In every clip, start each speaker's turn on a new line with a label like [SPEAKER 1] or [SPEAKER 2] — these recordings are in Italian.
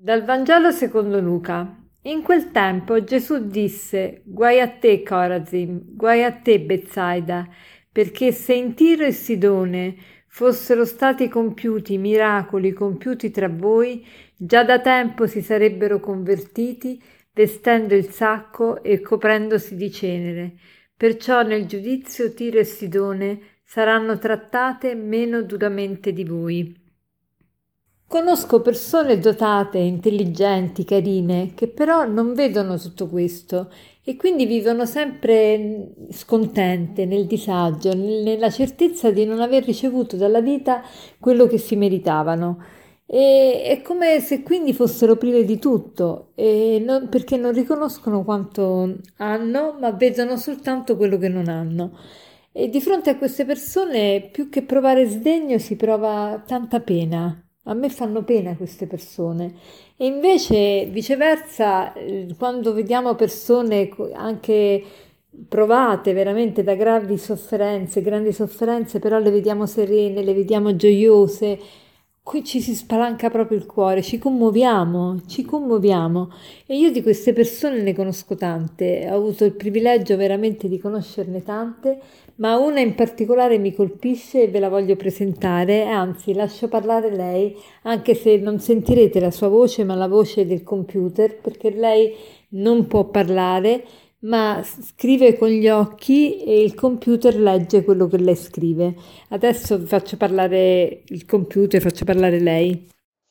[SPEAKER 1] Dal Vangelo secondo Luca. In quel tempo Gesù disse: Guai a te, Corazim, guai a te, Betsaida, perché se in Tiro e Sidone fossero stati compiuti i miracoli compiuti tra voi, già da tempo si sarebbero convertiti, vestendo il sacco e coprendosi di cenere. Perciò nel giudizio Tiro e Sidone saranno trattate meno duramente di voi. Conosco persone dotate, intelligenti, carine, che però non vedono tutto questo e quindi vivono sempre scontente, nel disagio, nella certezza di non aver ricevuto dalla vita quello che si meritavano. E è come se quindi fossero prive di tutto, perché non riconoscono quanto hanno, ma vedono soltanto quello che non hanno. E di fronte a queste persone, più che provare sdegno, si prova tanta pena. A me fanno pena queste persone. E invece, viceversa, quando vediamo persone anche provate veramente da gravi sofferenze, grandi sofferenze, però le vediamo serene, le vediamo gioiose, qui ci si spalanca proprio il cuore, ci commuoviamo, ci commuoviamo. E io di queste persone ne conosco tante, ho avuto il privilegio veramente di conoscerne tante, ma una in particolare mi colpisce e ve la voglio presentare, anzi lascio parlare lei, anche se non sentirete la sua voce, ma la voce del computer, perché lei non può parlare, ma scrive con gli occhi e il computer legge quello che lei scrive. Adesso vi faccio parlare il computer, faccio parlare lei.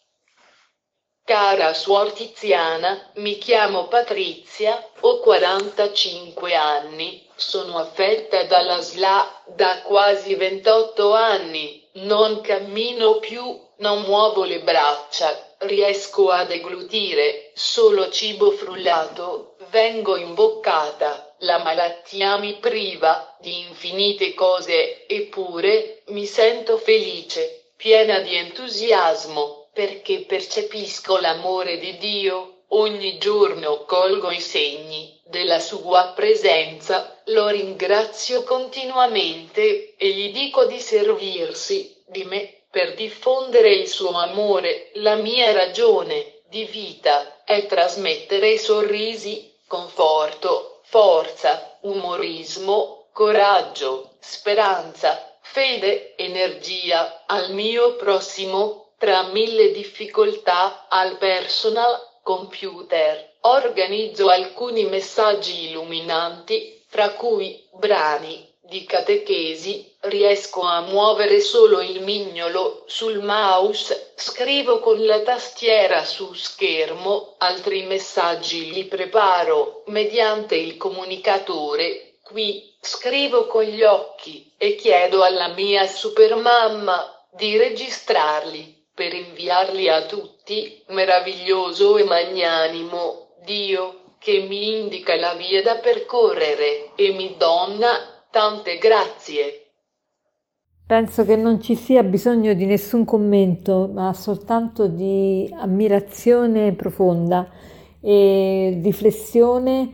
[SPEAKER 2] Cara suor Tiziana, mi chiamo Patrizia, ho 45 anni, sono affetta dalla SLA da quasi 28 anni, non cammino più, non muovo le braccia, riesco a deglutire solo cibo frullato, vengo imboccata, la malattia mi priva di infinite cose, eppure mi sento felice, piena di entusiasmo, perché percepisco l'amore di Dio, ogni giorno colgo i segni della sua presenza, lo ringrazio continuamente e gli dico di servirsi di me per diffondere il suo amore. La mia ragione di vita è trasmettere sorrisi, conforto, forza, umorismo, coraggio, speranza, fede, energia al mio prossimo. Tra mille difficoltà, al personal computer, organizzo alcuni messaggi illuminanti, fra cui brani di catechesi, riesco a muovere solo il mignolo sul mouse, scrivo con la tastiera su schermo, altri messaggi li preparo mediante il comunicatore, qui scrivo con gli occhi e chiedo alla mia supermamma di registrarli per inviarli a tutti. Meraviglioso e magnanimo Dio, che mi indica la via da percorrere e mi dona tante grazie.
[SPEAKER 1] Penso che non ci sia bisogno di nessun commento, ma soltanto di ammirazione profonda e riflessione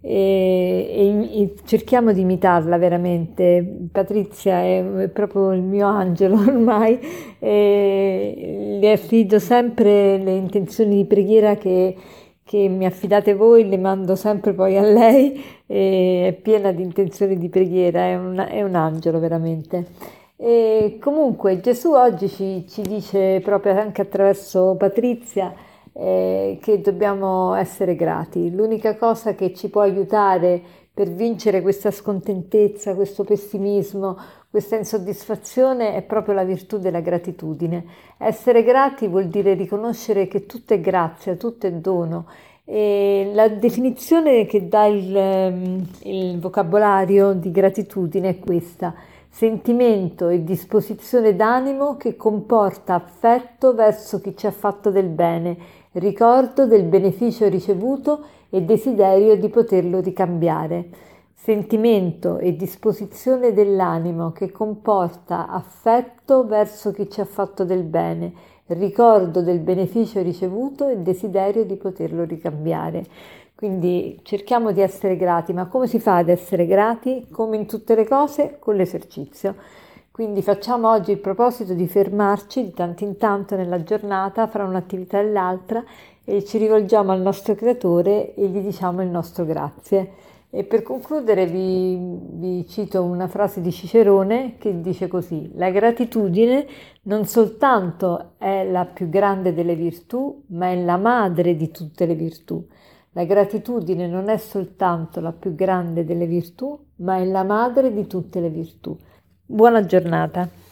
[SPEAKER 1] e cerchiamo di imitarla veramente. Patrizia è proprio il mio angelo ormai, e le affido sempre le intenzioni di preghiera che mi affidate voi, le mando sempre poi a lei, e è piena di intenzioni di preghiera, è un angelo veramente. E comunque Gesù oggi ci dice proprio anche attraverso Patrizia che dobbiamo essere grati. L'unica cosa che ci può aiutare per vincere questa scontentezza, questo pessimismo, questa insoddisfazione è proprio la virtù della gratitudine. Essere grati vuol dire riconoscere che tutto è grazia, tutto è dono. E la definizione che dà il vocabolario di gratitudine è questa: sentimento e disposizione d'animo che comporta affetto verso chi ci ha fatto del bene, ricordo del beneficio ricevuto e desiderio di poterlo ricambiare. Sentimento e disposizione dell'animo che comporta affetto verso chi ci ha fatto del bene, ricordo del beneficio ricevuto e desiderio di poterlo ricambiare. Quindi cerchiamo di essere grati, ma come si fa ad essere grati? Come in tutte le cose, con l'esercizio. Quindi facciamo oggi il proposito di fermarci di tanto in tanto nella giornata, fra un'attività e l'altra, e ci rivolgiamo al nostro creatore e gli diciamo il nostro grazie. E per concludere vi cito una frase di Cicerone che dice così: la gratitudine non soltanto è la più grande delle virtù, ma è la madre di tutte le virtù. La gratitudine non è soltanto la più grande delle virtù, ma è la madre di tutte le virtù. Buona giornata.